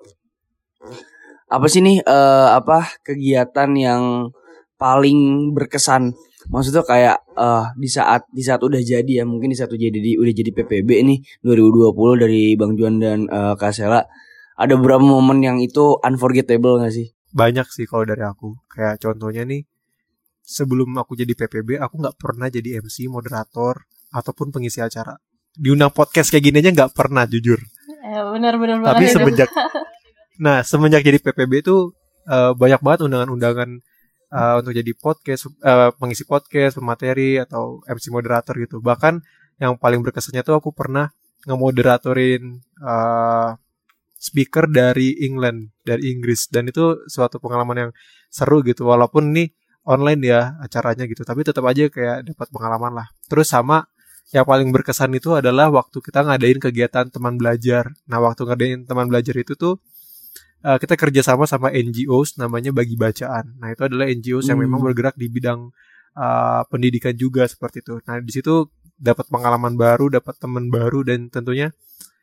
apa sih nih kegiatan yang paling berkesan. Maksudnya kayak di saat udah jadi ya, mungkin di saat udah jadi PPB nih 2020 dari Bang Juan dan Kak Sela, ada beberapa momen yang itu unforgettable gak sih? Banyak sih kalau dari aku. Kayak contohnya nih, sebelum aku jadi PPB, aku gak pernah jadi MC, moderator, ataupun pengisi acara. Diundang podcast kayak gini aja gak pernah, jujur. Benar Tapi banget. semenjak jadi PPB itu banyak banget undangan-undangan untuk jadi podcast, pengisi podcast, pemateri, atau MC moderator gitu. Bahkan yang paling berkesannya tuh aku pernah ngemoderatorin speaker dari Inggris, dan itu suatu pengalaman yang seru gitu. Walaupun ini online ya acaranya gitu, tapi tetap aja kayak dapat pengalaman lah. Terus sama yang paling berkesan itu adalah waktu kita ngadain kegiatan teman belajar. Nah, waktu ngadain teman belajar itu tuh kita kerjasama sama NGOs namanya Bagi Bacaan. Nah, itu adalah NGOs yang memang bergerak di bidang pendidikan juga seperti itu. Nah, di situ dapat pengalaman baru, dapat teman baru, dan tentunya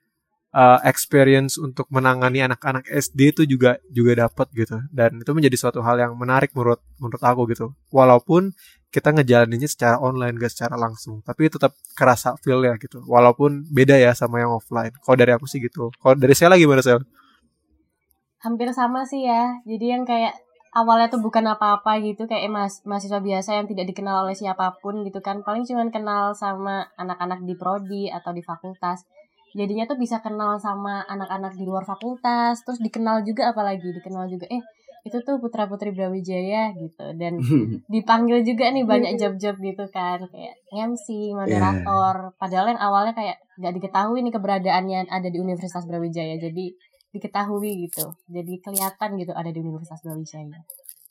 experience untuk menangani anak-anak SD itu juga dapat gitu. Dan itu menjadi suatu hal yang menarik menurut aku gitu. Walaupun kita ngejalaninnya secara online, gak secara langsung, tapi tetap kerasa feel ya gitu. Walaupun beda ya sama yang offline. Kalau dari aku sih gitu. Kalau dari saya gimana, Sel? Hampir sama sih ya. Jadi yang kayak awalnya tuh bukan apa-apa gitu, kayak mahasiswa biasa yang tidak dikenal oleh siapapun gitu kan. Paling cuma kenal sama anak-anak di prodi atau di fakultas. Jadinya tuh bisa kenal sama anak-anak di luar fakultas, terus dikenal juga itu tuh putra-putri Brawijaya gitu. Dan dipanggil juga nih banyak job-job gitu kan, kayak MC, moderator. Padahal yang awalnya kayak gak diketahui nih keberadaannya ada di Universitas Brawijaya. Jadi diketahui gitu, jadi kelihatan gitu ada di Universitas Brawijaya.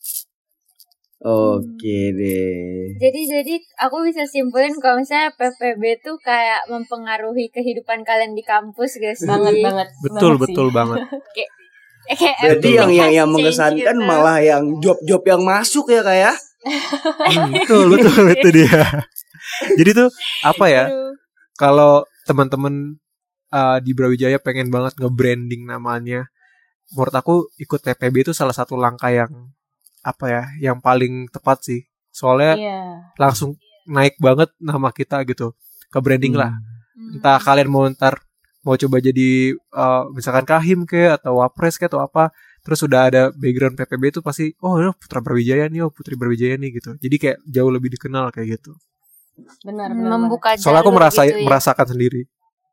Oke deh. Jadi aku bisa simpulin kalau misalnya PPB tuh kayak mempengaruhi kehidupan kalian di kampus, guys. Banget. Betul banget. Berarti yang mengesankan malah yang job-job yang masuk ya kayak. Betul itu dia. Jadi tuh apa ya? Kalau teman-teman di Brawijaya pengen banget nge-branding namanya, menurut aku ikut PPB itu salah satu langkah yang yang paling tepat sih. Soalnya langsung naik banget nama kita gitu, ke branding lah. Entah kalian mau coba jadi misalkan Kahim atau Wapres atau apa, terus udah ada background PPB itu pasti putra Brawijaya nih, Putri Brawijaya nih gitu. Jadi kayak jauh lebih dikenal kayak gitu. Benar. Membuka soalnya aku gitu merasakan sendiri.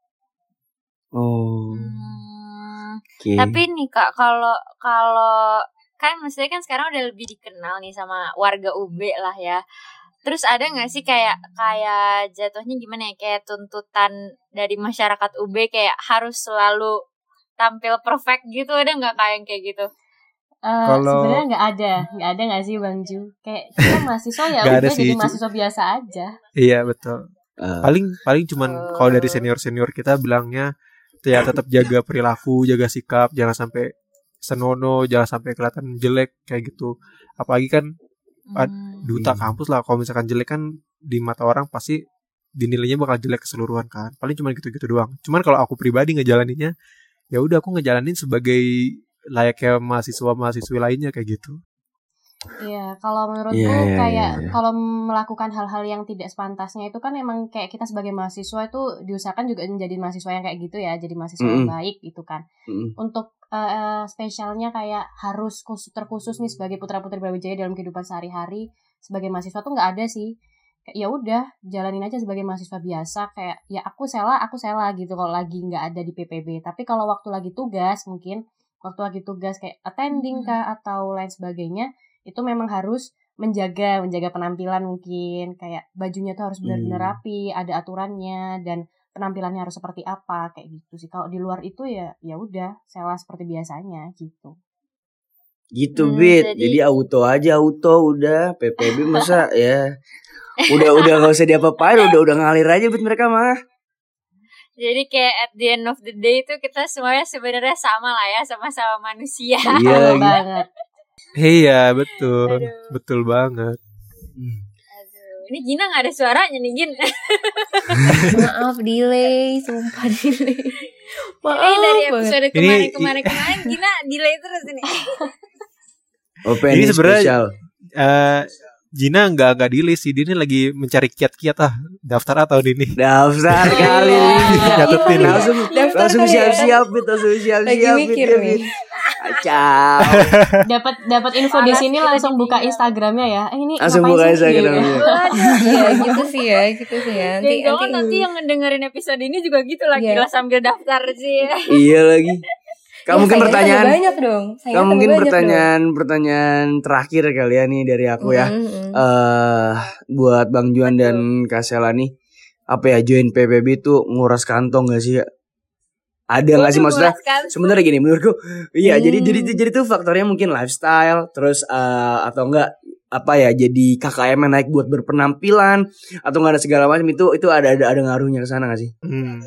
Okay. Tapi nih Kak, kalau kan maksudnya kan sekarang udah lebih dikenal nih sama warga UB lah ya. Terus ada nggak sih kayak jatuhnya gimana ya, kayak tuntutan dari masyarakat UB kayak harus selalu tampil perfect gitu, ada nggak kayak gitu? Sebenarnya nggak ada nggak sih Bang Ju? Kayak kita mahasiswa ya udah jadi mahasiswa biasa aja. Iya betul. Paling cuman kalau dari senior kita bilangnya ya tetap jaga perilaku, jaga sikap, jangan sampai senonoh, jangan sampai kelihatan jelek kayak gitu. Apalagi kan duta kampus lah, kalau misalkan jelek kan di mata orang pasti dinilainya bakal jelek keseluruhan kan. Paling cuma gitu-gitu doang. Cuman kalau aku pribadi ngejalaninnya, ya udah aku ngejalanin sebagai layaknya mahasiswa-mahasiswi lainnya kayak gitu. Iya, kalau menurutku kalau melakukan hal-hal yang tidak sepantasnya itu kan emang kayak kita sebagai mahasiswa itu diusahakan juga menjadi mahasiswa yang kayak gitu ya, jadi mahasiswa yang baik gitu kan. Untuk spesialnya kayak harus terkhusus nih sebagai putra-putri Brawijaya dalam kehidupan sehari-hari sebagai mahasiswa tuh nggak ada sih. Kayak ya udah jalanin aja sebagai mahasiswa biasa, kayak ya aku sela gitu kalau lagi nggak ada di PPB. Tapi kalau waktu lagi tugas kayak attending atau lain sebagainya, itu memang harus menjaga penampilan, mungkin kayak bajunya tuh harus benar-benar rapi, ada aturannya, dan penampilannya harus seperti apa kayak gitu sih. Kalau di luar itu ya udah sela seperti biasanya gitu. Gitu Bit. Jadi auto udah PPB masa ya Udah gak usah diapa-apain, udah ngalir aja buat mereka mah. Jadi kayak at the end of the day itu kita semuanya sebenarnya sama lah ya, sama-sama manusia. Iya banget. Iya betul, betul banget. Aduh, ini Gina nggak ada suaranya nih Gin. Maaf delay, sumpah delay. Maaf Ini dari episode Ini- kemarin Gina delay terus ini. Open Ini sebenarnya- spesial. Gina nggak di-list sih, dia ini lagi mencari kiat-kiat daftar atau ini. Daftar kali ini. Catetin ya. Daftar Langsung kali ya. siap-siap Fit, langsung siap-siap. Lagi mikir Fit. nih. Kacau. Dapat info di Panas sini kita langsung buka ditinggal. Instagramnya ya. Ini Langsung ngapain buka sih? Instagramnya. Iya. Iya gitu sih ya. Nanti yang ngedengerin episode ini juga gitu lah, Iya. gila sambil daftar sih. Iya lagi. Kamu mungkin pertanyaan banyak dong. Kamu mungkin pertanyaan terakhir kali ya nih dari aku ya. Buat Bang Juan dan Kak Sela nih, apa ya, join PPB itu nguras kantong gak sih ya? Ada nggak sih maksudnya? Sebenarnya gini menurutku, iya. Jadi tuh faktornya mungkin lifestyle, terus atau enggak apa ya, jadi KKM naik buat berpenampilan atau nggak ada segala macam, itu ada ngaruhnya ke sana nggak sih?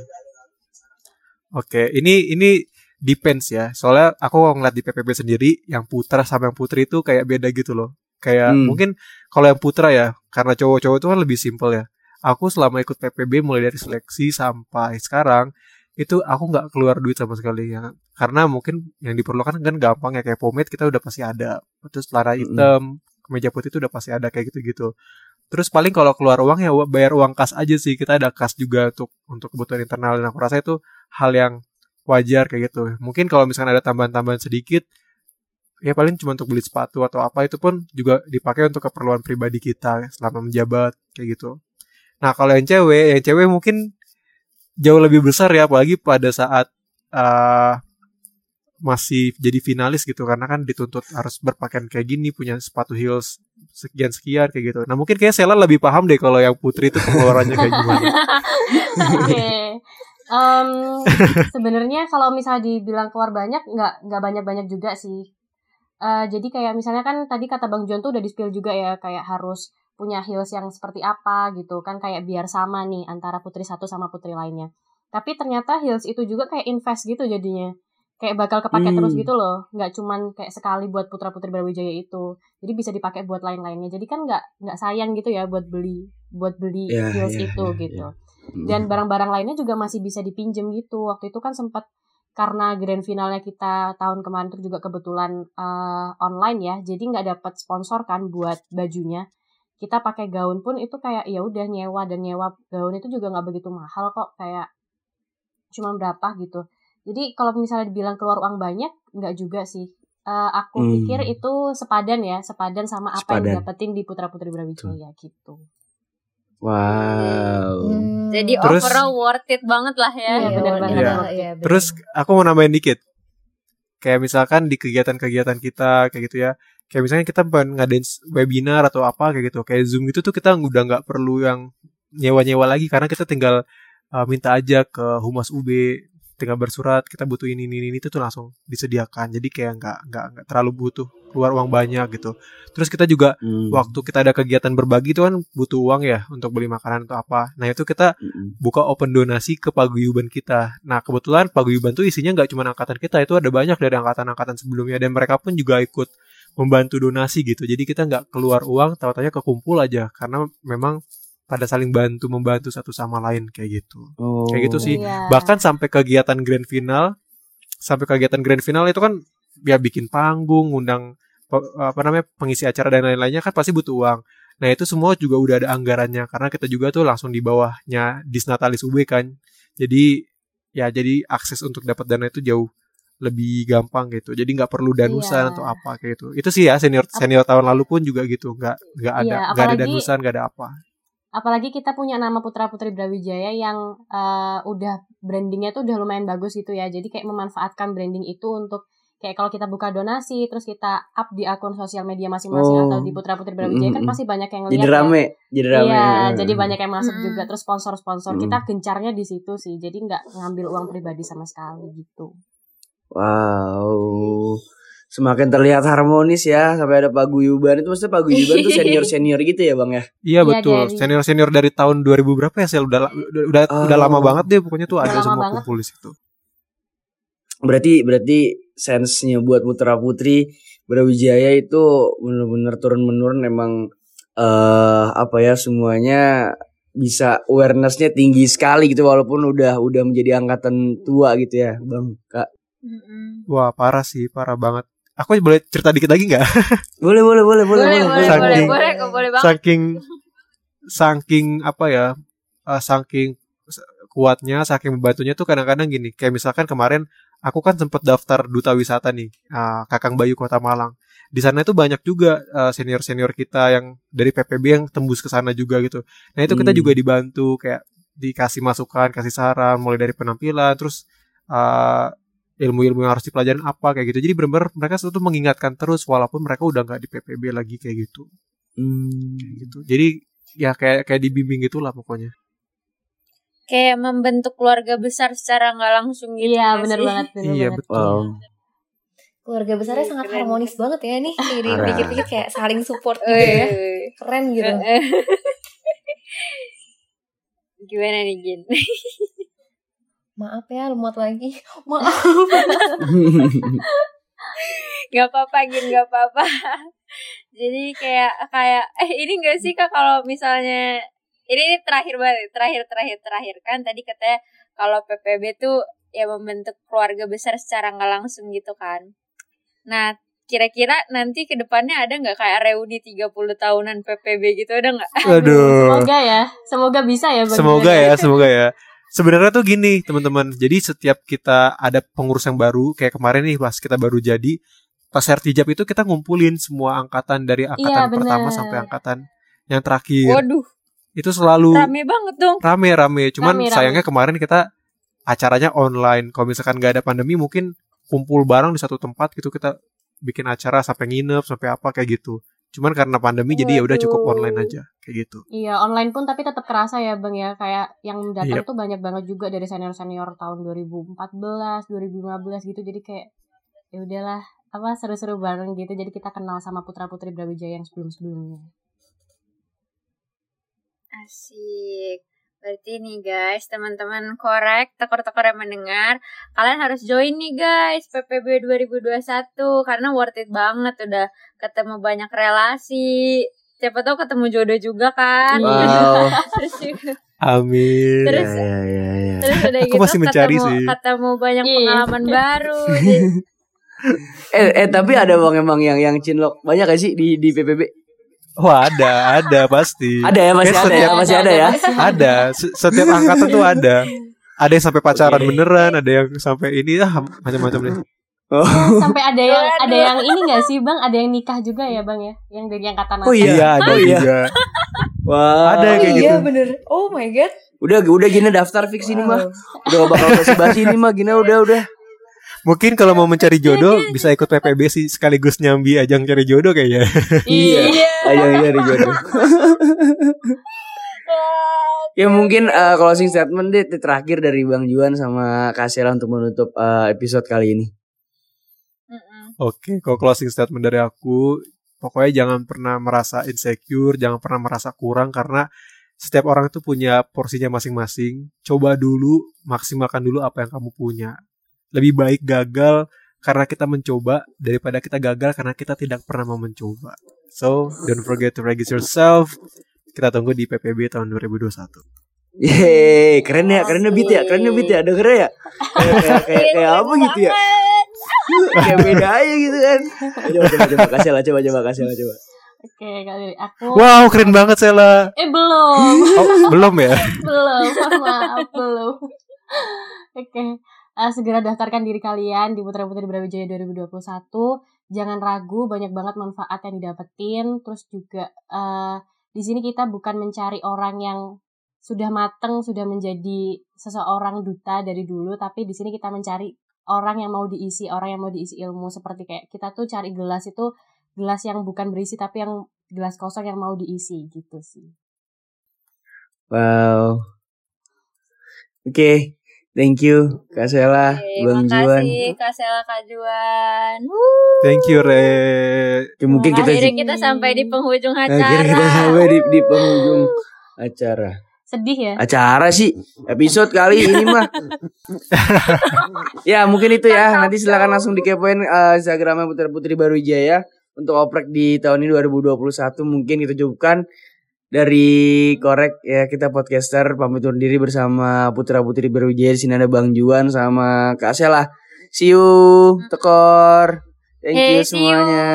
Oke, ini depends ya. Soalnya aku ngeliat di PPB sendiri, yang putra sama yang putri itu kayak beda gitu loh. Kayak mungkin kalau yang putra ya, karena cowok-cowok itu kan lebih simpel ya. Aku selama ikut PPB mulai dari seleksi sampai sekarang, itu aku nggak keluar duit sama sekali ya. Karena mungkin yang diperlukan kan gampang ya, kayak pomade kita udah pasti ada. Terus celana hitam, kemeja putih itu udah pasti ada kayak gitu-gitu. Terus paling kalau keluar uang ya bayar uang kas aja sih. Kita ada kas juga untuk kebutuhan internal, dan aku rasa itu hal yang wajar kayak gitu. Mungkin kalau misalkan ada tambahan-tambahan sedikit, ya paling cuma untuk beli sepatu atau apa, itu pun juga dipakai untuk keperluan pribadi kita selama menjabat kayak gitu. Nah kalau yang cewek mungkin jauh lebih besar ya, apalagi pada saat masih jadi finalis gitu, karena kan dituntut harus berpakaian kayak gini, punya sepatu heels sekian kayak gitu. Nah mungkin kayak Sela lebih paham deh kalau yang putri itu pengeluarannya kayak gimana. Oke. Sebenarnya kalau misalnya dibilang keluar banyak, nggak banyak juga sih. Jadi kayak misalnya kan tadi kata Bang John tuh udah di-spill juga ya, kayak harus punya heels yang seperti apa gitu kan, kayak biar sama nih antara putri satu sama putri lainnya. Tapi ternyata heels itu juga kayak invest gitu jadinya. Kayak bakal kepake terus gitu loh. Nggak cuman kayak sekali buat putra-putri Brawijaya itu. Jadi bisa dipakai buat lain-lainnya. Jadi kan nggak sayang gitu ya buat beli heels itu gitu. Dan barang-barang lainnya juga masih bisa dipinjem gitu. Waktu itu kan sempat, karena grand finalnya kita tahun kemarin itu juga kebetulan online ya, jadi nggak dapat sponsor kan buat bajunya. Kita pakai gaun pun itu kayak ya udah nyewa gaun itu juga nggak begitu mahal kok, kayak cuma berapa gitu. Jadi kalau misalnya dibilang keluar uang banyak, nggak juga sih. Aku pikir itu sepadan sama apa yang dapetin di Putra Putri Brawijaya gitu. Wow. Jadi Terus- overall worth it banget lah ya. Iya, benar banget. Iya. Terus aku mau nambahin dikit. Kayak misalkan di kegiatan-kegiatan kita kayak gitu ya. Kayak misalnya kita ngadain webinar atau apa kayak gitu. Kayak Zoom gitu tuh kita udah nggak perlu yang nyewa-nyewa lagi, karena kita tinggal minta aja ke Humas UB, tinggal bersurat kita butuh ini itu tuh langsung disediakan. Jadi kayak nggak terlalu butuh keluar uang banyak gitu. Terus kita juga waktu kita ada kegiatan berbagi itu kan butuh uang ya untuk beli makanan atau apa. Nah itu kita buka open donasi ke paguyuban kita. Nah kebetulan paguyuban tuh isinya nggak cuma angkatan kita, itu ada banyak dari angkatan-angkatan sebelumnya, dan mereka pun juga ikut membantu donasi gitu. Jadi kita nggak keluar uang, tahu-tahunya kekumpul aja, karena memang pada saling membantu satu sama lain kayak gitu. Kayak gitu sih. Iya. Bahkan sampai kegiatan grand final itu kan ya bikin panggung, undang pengisi acara dan lain-lainnya kan pasti butuh uang. Nah itu semua juga udah ada anggarannya, karena kita juga tuh langsung di bawahnya Disnatalis UB kan. Jadi akses untuk dapat dana itu jauh lebih gampang gitu. Jadi nggak perlu danusan atau apa kayak gitu. Itu sih ya senior tahun lalu pun juga gitu, nggak ada danusan, nggak ada apa. Apalagi kita punya nama Putra Putri Brawijaya yang udah brandingnya tuh udah lumayan bagus gitu ya. Jadi kayak memanfaatkan branding itu untuk kayak kalau kita buka donasi terus kita up di akun sosial media masing-masing atau di Putra Putri Brawijaya kan pasti banyak yang lihat. Jadi rame. Iya, jadi banyak yang masuk juga. Terus sponsor-sponsor kita gencarnya di situ sih. Jadi nggak ngambil uang pribadi sama sekali gitu. Wow. semakin terlihat harmonis ya, sampai ada paguyuban. Itu maksudnya paguyuban tuh senior gitu ya Bang ya? Iya betul, senior dari tahun 2000 berapa ya Sel? Udah lama banget deh pokoknya tuh ada semua kumpul di situ. Berarti sense-nya buat putra putri Brawijaya itu benar-benar turun menurun emang semuanya bisa awareness-nya tinggi sekali gitu walaupun udah menjadi angkatan tua gitu ya Bang Kak. Wah parah banget. Aku boleh cerita dikit lagi nggak? Boleh. Boleh banget. Saking saking kuatnya, saking membantunya tuh kadang-kadang gini. Kayak misalkan kemarin aku kan sempat daftar duta wisata nih, Kakang Bayu Kota Malang. Di sana itu banyak juga senior kita yang dari PPB yang tembus ke sana juga gitu. Nah itu kita juga dibantu kayak dikasih masukan, kasih saran, mulai dari penampilan, terus ilmu-ilmu yang harus dipelajarin apa kayak gitu. Jadi benar-benar mereka tuh mengingatkan terus walaupun mereka udah nggak di PPB lagi kayak gitu. Kayak gitu. Jadi ya kayak dibimbing gitulah pokoknya. Kayak membentuk keluarga besar secara nggak langsung gitu. Iya benar banget. Iya betul. Wow. Keluarga besarnya sangat harmonis banget ya nih. Dipikir-pikir kayak saling support gitu ya. Keren gitu. Gimana nih Gin? Maaf ya lemot lagi. Maaf. Gak apa-apa Gin, gak apa-apa. Jadi kayak ini gak sih Kak kalau misalnya ini terakhir banget, terakhir kan tadi katanya kalau PPB tuh ya membentuk keluarga besar secara nggak langsung gitu kan. Nah kira-kira nanti ke depannya ada nggak kayak reuni 30 tahunan PPB gitu, ada nggak? Aduh. Semoga bisa ya. Semoga ya. Sebenarnya tuh gini teman-teman. Jadi setiap kita ada pengurus yang baru, kayak kemarin nih pas kita baru jadi, pas Sertijab itu kita ngumpulin semua angkatan dari angkatan pertama sampai angkatan yang terakhir. Waduh. Itu selalu rame banget dong. Rame. Cuman sayangnya kemarin kita acaranya online. Kalau misalkan gak ada pandemi mungkin kumpul bareng di satu tempat gitu, kita bikin acara sampai nginep sampai apa kayak gitu. Cuman karena pandemi jadi ya udah cukup online aja kayak gitu. Iya online pun tapi tetap kerasa ya Bang ya, kayak yang datang tuh banyak banget juga dari senior tahun 2014, 2015 gitu. Jadi kayak ya udahlah seru-seru bareng gitu. Jadi kita kenal sama putra-putri Brawijaya yang sebelum-sebelumnya. Asik. Berarti nih guys, teman-teman korek, tekor-tekor yang mendengar, kalian harus join nih guys PPB 2021 karena worth it banget, udah ketemu banyak relasi. Siapa tahu ketemu jodoh juga kan. Wow. Terus juga Amin. Terus udah aku masih mencari ketemu banyak pengalaman baru. Tapi ada Bang emang yang cinlok banyak gak sih di PPB? Oh ada pasti. Ada ya masih ada ya. Ada. Setiap angkatan tuh ada. Ada yang sampai pacaran beneran, ada yang sampai ini macam-macam deh. Sampai ada yang ini nggak sih Bang? Ada yang nikah juga ya Bang ya? Yang dari angkatan atas. Oh iya ada juga. Wah. Ada yang kayak gitu. Iya bener. Oh my god. Udah Gina daftar fix ini mah. Udah gak bakal basi-basi ini mah Gina udah. Mungkin kalau mau mencari jodoh bisa ikut PPB sih, sekaligus nyambi ajang cari jodoh kayaknya. Iya. Ajang cari jodoh. Ya mungkin closing statement deh terakhir dari Bang Juan sama Kak Sela untuk menutup episode kali ini. Oke, kalau closing statement dari aku, pokoknya jangan pernah merasa insecure, jangan pernah merasa kurang karena setiap orang itu punya porsinya masing-masing. Coba dulu, maksimalkan dulu apa yang kamu punya. Lebih baik gagal karena kita mencoba daripada kita gagal karena kita tidak pernah mau mencoba. So, don't forget to register yourself. Kita tunggu di PPB tahun 2021. Yeay, kerennya beat ya, dengernya ya. Kayak apa gitu ya? Kayak beda aja gitu kan. Coba kasih lah, coba. Oke, kali aku. Wow, keren banget Sela. Belum. Oh, belum ya? Maaf, belum. Oke. Segera daftarkan diri kalian di Putra Putri Brawijaya 2021. Jangan ragu, banyak banget manfaat yang didapetin. Terus juga di sini kita bukan mencari orang yang sudah mateng, sudah menjadi seseorang duta dari dulu, tapi di sini kita mencari orang yang mau diisi ilmu. Seperti kayak kita tuh cari gelas itu, gelas yang bukan berisi tapi yang gelas kosong yang mau diisi gitu sih. Wow. Oke. Thank you Kak Sela, Bang Juan. Makasih Kak Sela, Kak Juan. Thank you Re. Mungkin Akhirnya kita sampai di penghujung acara. Akhirnya kita sampai di penghujung acara. Sedih ya. Acara sih episode kali ini mah. Ya mungkin itu ya. Nanti silakan langsung dikepoin Instagramnya Putra Putri Barujaya untuk oprek di tahun ini 2021. Mungkin kita cukupkan dari Korek ya, kita podcaster pamit undur diri bersama Putra Putri Barujaya. Di sini ada Bang Juan sama Kak Sela. See you Tekor. Thank you semuanya.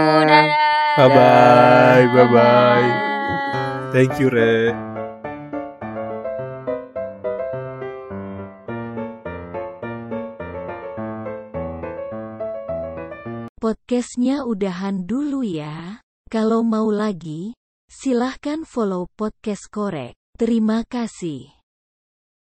Bye bye. Thank you Re. Podcastnya udahan dulu ya. Kalau mau lagi, silahkan follow podcast Korek. Terima kasih.